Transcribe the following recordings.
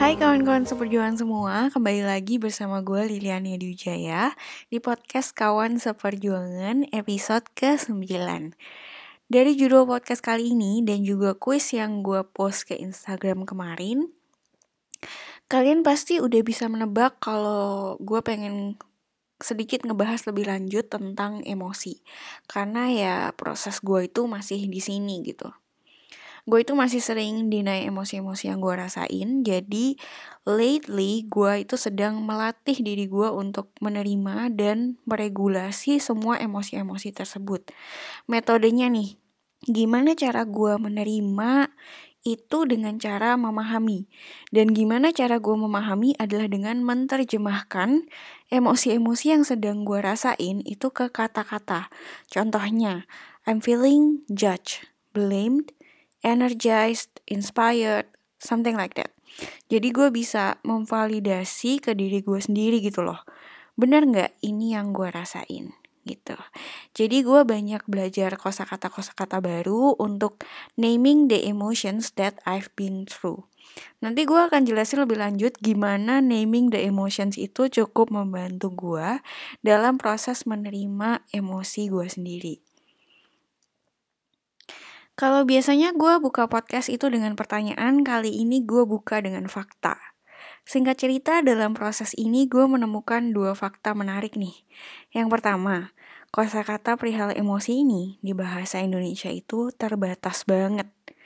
Hai kawan-kawan seperjuangan semua, kembali lagi bersama gue Liliana Diwijaya di podcast Kawan Seperjuangan episode ke-9. Dari judul podcast kali ini dan juga kuis yang gue post ke Instagram kemarin, kalian pasti udah bisa menebak kalau gue pengen sedikit ngebahas lebih lanjut tentang emosi. Karena ya proses gue itu masih di sini gitu. Gue itu masih sering deny emosi-emosi yang gue rasain. Jadi lately gue itu sedang melatih diri gue untuk menerima dan meregulasi semua emosi-emosi tersebut. Metodenya nih, gimana cara gue menerima itu dengan cara memahami. Dan gimana cara gue memahami adalah dengan menerjemahkan emosi-emosi yang sedang gue rasain itu ke kata-kata. Contohnya, I'm feeling judged, blamed, energized, inspired, something like that. Jadi gue bisa memvalidasi ke diri gue sendiri gitu loh. Bener gak ini yang gue rasain? Gitu. Jadi gue banyak belajar kosakata baru untuk naming the emotions that I've been through. Nanti gue akan jelasin lebih lanjut gimana naming the emotions itu cukup membantu gue dalam proses menerima emosi gue sendiri. Kalau biasanya gue buka podcast itu dengan pertanyaan, kali ini gue buka dengan fakta. Singkat cerita, dalam proses ini gue menemukan 2 fakta menarik nih. Yang pertama, kosakata perihal emosi ini di bahasa Indonesia itu terbatas banget.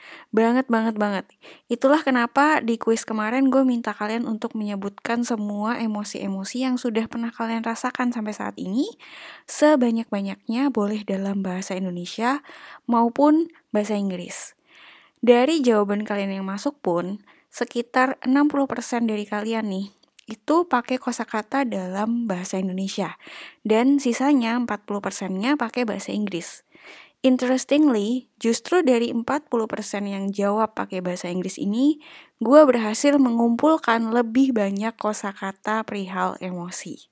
Banget. Itulah kenapa di kuis kemarin gue minta kalian untuk menyebutkan semua emosi-emosi yang sudah pernah kalian rasakan sampai saat ini, sebanyak-banyaknya boleh dalam bahasa Indonesia maupun bahasa Inggris. Dari jawaban kalian yang masuk pun, sekitar 60% dari kalian nih, itu pakai kosakata dalam bahasa Indonesia. Dan sisanya 40%-nya pakai bahasa Inggris. Interestingly, justru dari 40% yang jawab pakai bahasa Inggris ini, gue berhasil mengumpulkan lebih banyak kosakata perihal emosi.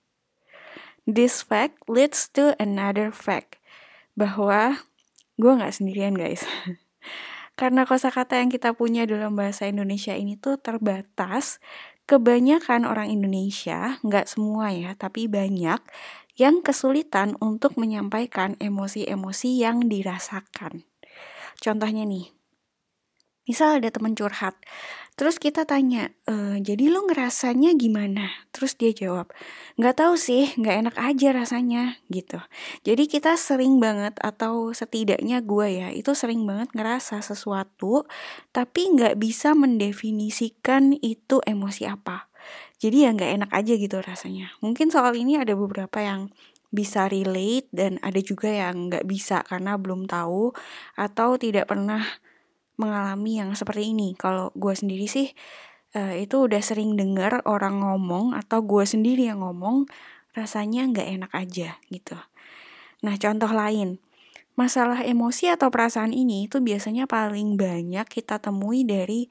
This fact leads to another fact, bahwa gue gak sendirian guys. Karena kosakata yang kita punya dalam bahasa Indonesia ini tuh terbatas, kebanyakan orang Indonesia, gak semua ya, tapi banyak, yang kesulitan untuk menyampaikan emosi-emosi yang dirasakan. Contohnya nih, misal ada teman curhat, terus kita tanya, jadi lo ngerasanya gimana? Terus dia jawab, gak tahu sih, gak enak aja rasanya, gitu. Jadi kita sering banget, atau setidaknya gue ya, itu sering banget ngerasa sesuatu, tapi gak bisa mendefinisikan itu emosi apa. Jadi ya gak enak aja gitu rasanya. Mungkin soal ini ada beberapa yang bisa relate, dan ada juga yang gak bisa karena belum tahu, atau tidak pernah mengalami yang seperti ini. Kalau gue sendiri sih itu udah sering dengar orang ngomong atau gue sendiri yang ngomong rasanya gak enak aja gitu. Nah contoh lain, masalah emosi atau perasaan ini itu biasanya paling banyak kita temui dari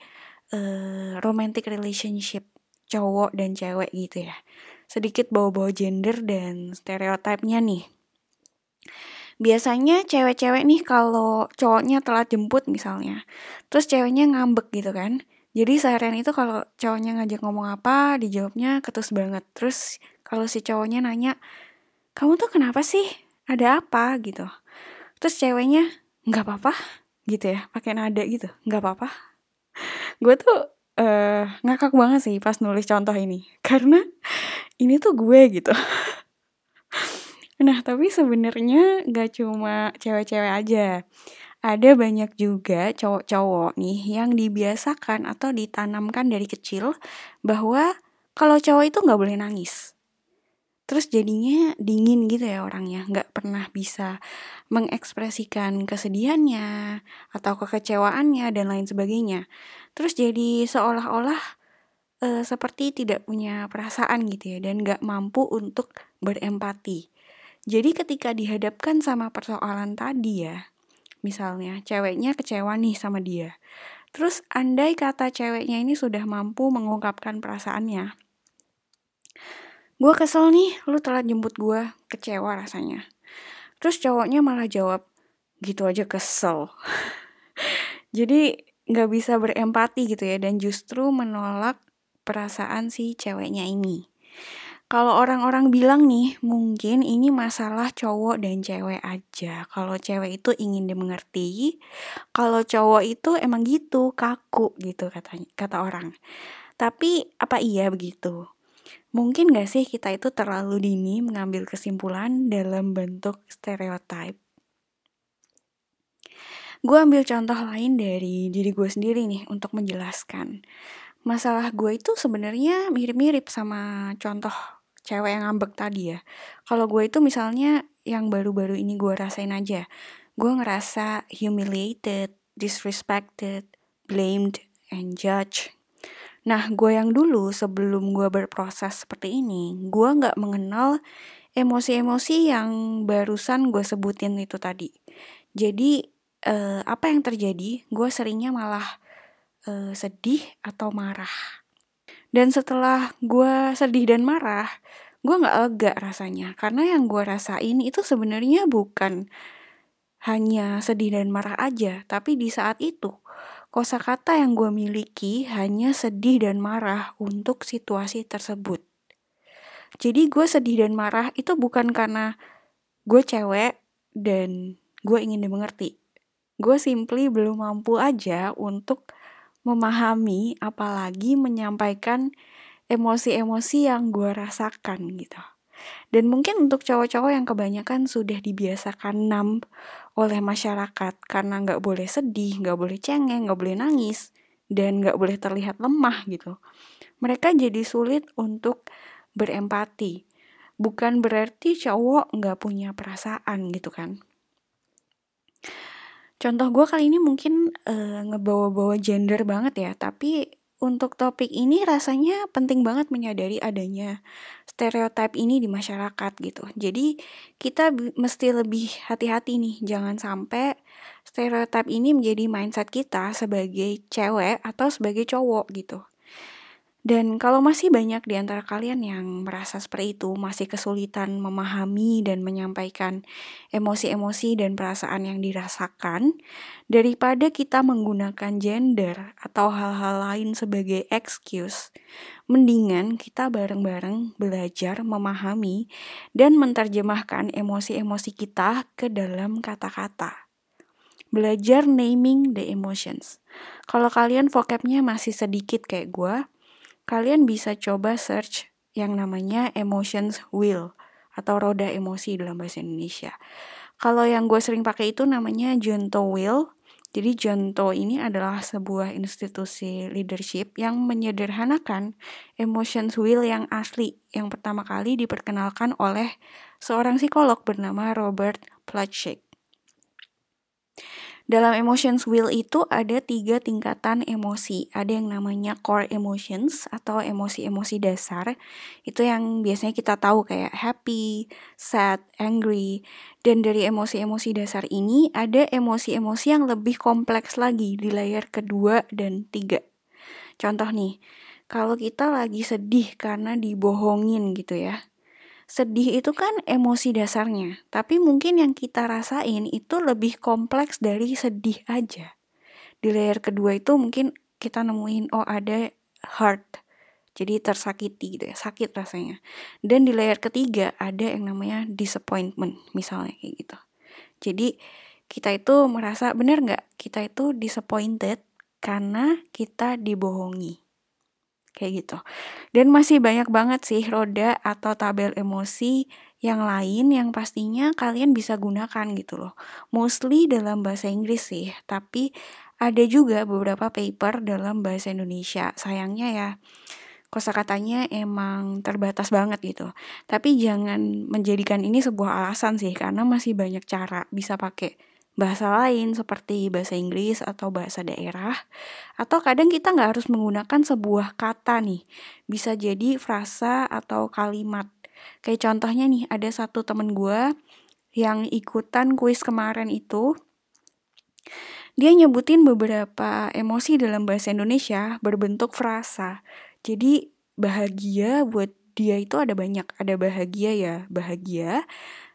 romantic relationship cowok dan cewek gitu ya. Sedikit bawa-bawa gender dan stereotipnya nih. Biasanya cewek-cewek nih kalau cowoknya telat jemput misalnya, terus ceweknya ngambek gitu kan. Jadi seharian itu kalau cowoknya ngajak ngomong apa, dijawabnya ketus banget. Terus kalau si cowoknya nanya, kamu tuh kenapa sih? Ada apa gitu. Terus ceweknya, gak apa-apa gitu ya, pakai nada gitu, gak apa-apa. Gue tuh ngakak banget sih pas nulis contoh ini, karena ini tuh gue gitu. Nah tapi sebenarnya gak cuma cewek-cewek aja. Ada banyak juga cowok-cowok nih yang dibiasakan atau ditanamkan dari kecil bahwa kalau cowok itu gak boleh nangis. Terus jadinya dingin gitu ya orangnya, gak pernah bisa mengekspresikan kesedihannya atau kekecewaannya dan lain sebagainya. Terus jadi seolah-olah seperti tidak punya perasaan gitu ya, dan gak mampu untuk berempati. Jadi ketika dihadapkan sama persoalan tadi ya, misalnya ceweknya kecewa nih sama dia. Terus andai kata ceweknya ini sudah mampu mengungkapkan perasaannya. Gue kesel nih, lu telat jemput gue, kecewa rasanya. Terus cowoknya malah jawab, gitu aja kesel. Jadi gak bisa berempati gitu ya, dan justru menolak perasaan si ceweknya ini. Kalau orang-orang bilang nih, mungkin ini masalah cowok dan cewek aja. Kalau cewek itu ingin dimengerti, kalau cowok itu emang gitu, kaku gitu kata orang. Tapi apa iya begitu? Mungkin gak sih kita itu terlalu dini mengambil kesimpulan dalam bentuk stereotype? Gue ambil contoh lain dari diri gue sendiri nih untuk menjelaskan. Masalah gue itu sebenarnya mirip-mirip sama contoh cewek yang ngambek tadi ya. Kalau gue itu misalnya yang baru-baru ini gue rasain aja. Gue ngerasa humiliated, disrespected, blamed, and judged. Nah, gue yang dulu sebelum gue berproses seperti ini, gue gak mengenal emosi-emosi yang barusan gue sebutin itu tadi. Jadi, apa yang terjadi? Gue seringnya malah sedih atau marah. Dan setelah gue sedih dan marah, gue gak lega rasanya. Karena yang gue rasain itu sebenarnya bukan hanya sedih dan marah aja. Tapi di saat itu, kosakata yang gue miliki hanya sedih dan marah untuk situasi tersebut. Jadi gue sedih dan marah itu bukan karena gue cewek dan gue ingin dimengerti. Gue simply belum mampu aja untuk memahami apalagi menyampaikan emosi-emosi yang gue rasakan gitu. Dan mungkin untuk cowok-cowok yang kebanyakan sudah dibiasakan numb oleh masyarakat karena gak boleh sedih, gak boleh cengeng, gak boleh nangis, dan gak boleh terlihat lemah gitu. Mereka jadi sulit untuk berempati. Bukan berarti cowok gak punya perasaan gitu kan. Contoh gue kali ini mungkin ngebawa-bawa gender banget ya, tapi untuk topik ini rasanya penting banget menyadari adanya stereotip ini di masyarakat gitu. Jadi kita mesti lebih hati-hati nih, jangan sampai stereotip ini menjadi mindset kita sebagai cewek atau sebagai cowok gitu. Dan kalau masih banyak di antara kalian yang merasa seperti itu, masih kesulitan memahami dan menyampaikan emosi-emosi dan perasaan yang dirasakan, daripada kita menggunakan gender atau hal-hal lain sebagai excuse, mendingan kita bareng-bareng belajar memahami dan menerjemahkan emosi-emosi kita ke dalam kata-kata. Belajar naming the emotions. Kalau kalian vocabnya masih sedikit kayak gue, kalian bisa coba search yang namanya emotions wheel atau roda emosi dalam bahasa Indonesia. Kalau yang gue sering pakai itu namanya Junto Wheel. Jadi Junto ini adalah sebuah institusi leadership yang menyederhanakan emotions wheel yang asli yang pertama kali diperkenalkan oleh seorang psikolog bernama Robert Plutchik. Dalam emotions wheel itu ada 3 tingkatan emosi. Ada yang namanya core emotions atau emosi-emosi dasar. Itu yang biasanya kita tahu kayak happy, sad, angry. Dan dari emosi-emosi dasar ini ada emosi-emosi yang lebih kompleks lagi di layer kedua dan 3. Contoh nih, kalau kita lagi sedih karena dibohongin gitu ya. Sedih itu kan emosi dasarnya, tapi mungkin yang kita rasain itu lebih kompleks dari sedih aja. Di layer kedua itu mungkin kita nemuin, oh ada hurt, jadi tersakiti gitu ya, sakit rasanya. Dan di layer ketiga ada yang namanya disappointment, misalnya kayak gitu. Jadi kita itu merasa, benar gak? Kita itu disappointed karena kita dibohongi. Kayak gitu. Dan masih banyak banget sih roda atau tabel emosi yang lain yang pastinya kalian bisa gunakan gitu loh. Mostly dalam bahasa Inggris sih, tapi ada juga beberapa paper dalam bahasa Indonesia. Sayangnya ya, kosakatanya emang terbatas banget gitu. Tapi jangan menjadikan ini sebuah alasan sih, karena masih banyak cara bisa pakai bahasa lain seperti bahasa Inggris atau bahasa daerah. Atau kadang kita gak harus menggunakan sebuah kata nih. Bisa jadi frasa atau kalimat. Kayak contohnya nih, ada satu temen gue yang ikutan kuis kemarin itu. Dia nyebutin beberapa emosi dalam bahasa Indonesia berbentuk frasa. Jadi bahagia buat dia itu ada banyak. Ada bahagia ya bahagia.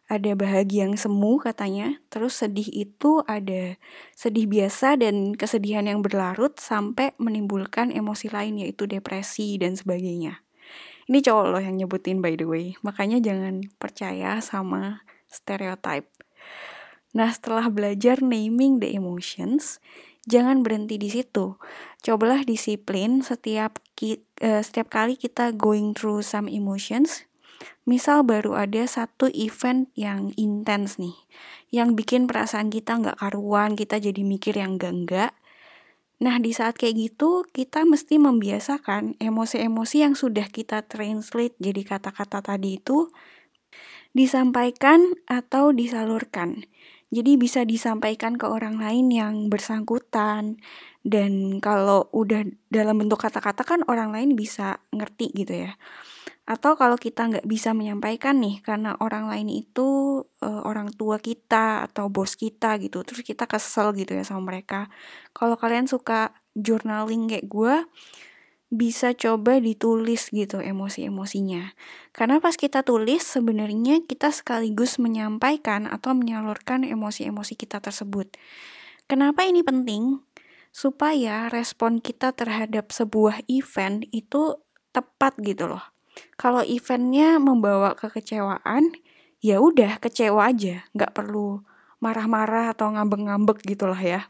Ada bahagia yang semu katanya, terus sedih itu ada sedih biasa dan kesedihan yang berlarut sampai menimbulkan emosi lain yaitu depresi dan sebagainya. Ini cowok loh yang nyebutin by the way, makanya jangan percaya sama stereotype. Nah, setelah belajar naming the emotions, jangan berhenti di situ. Cobalah disiplin setiap kali kita going through some emotions. Misal baru ada satu event yang intens nih, yang bikin perasaan kita nggak karuan, kita jadi mikir yang enggak. Nah, di saat kayak gitu, kita mesti membiasakan emosi-emosi yang sudah kita translate jadi kata-kata tadi itu disampaikan atau disalurkan. Jadi bisa disampaikan ke orang lain yang bersangkutan. Dan kalau udah dalam bentuk kata-kata kan orang lain bisa ngerti gitu ya. Atau kalau kita nggak bisa menyampaikan nih karena orang lain itu orang tua kita atau bos kita gitu. Terus kita kesel gitu ya sama mereka. Kalau kalian suka journaling kayak gue, bisa coba ditulis gitu emosi-emosinya. Karena pas kita tulis sebenarnya kita sekaligus menyampaikan atau menyalurkan emosi-emosi kita tersebut. Kenapa ini penting? Supaya respon kita terhadap sebuah event itu tepat gitu loh. Kalau eventnya membawa kekecewaan, ya udah kecewa aja, nggak perlu marah-marah atau ngambek-ngambek gitulah ya.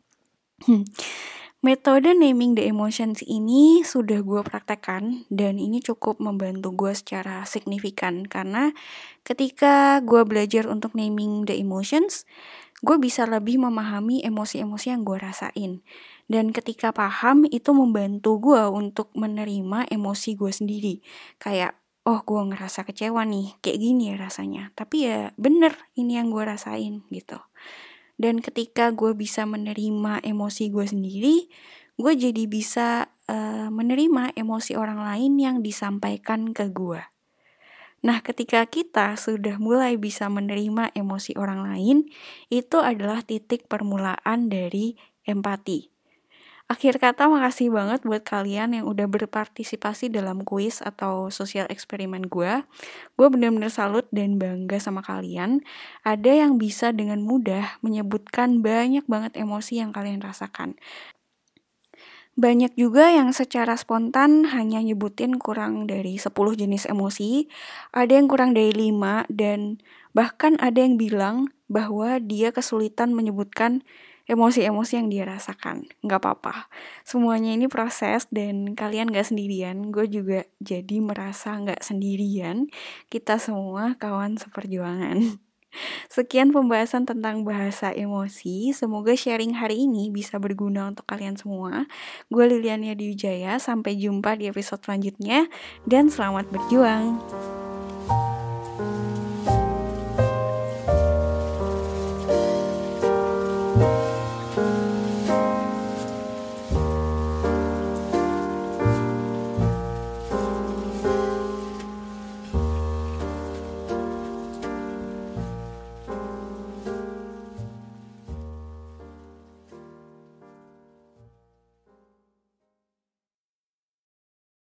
Metode naming the emotions ini sudah gue praktekkan dan ini cukup membantu gue secara signifikan karena ketika gue belajar untuk naming the emotions, gue bisa lebih memahami emosi-emosi yang gue rasain. Dan ketika paham, itu membantu gue untuk menerima emosi gue sendiri. Kayak, oh gue ngerasa kecewa nih, kayak gini ya rasanya. Tapi ya bener ini yang gue rasain gitu. Dan ketika gue bisa menerima emosi gue sendiri, gue jadi bisa menerima emosi orang lain yang disampaikan ke gue. Nah, ketika kita sudah mulai bisa menerima emosi orang lain, itu adalah titik permulaan dari empati. Akhir kata, makasih banget buat kalian yang udah berpartisipasi dalam kuis atau sosial eksperimen gue. Gue benar-benar salut dan bangga sama kalian. Ada yang bisa dengan mudah menyebutkan banyak banget emosi yang kalian rasakan. Banyak juga yang secara spontan hanya nyebutin kurang dari 10 jenis emosi, ada yang kurang dari 5, dan bahkan ada yang bilang bahwa dia kesulitan menyebutkan emosi-emosi yang dia rasakan. Nggak apa-apa, semuanya ini proses dan kalian gak sendirian, gue juga jadi merasa gak sendirian, kita semua kawan seperjuangan. Sekian pembahasan tentang bahasa emosi. Semoga sharing hari ini bisa berguna untuk kalian semua. Gue Liliania Diwijaya, sampai jumpa di episode selanjutnya dan selamat berjuang.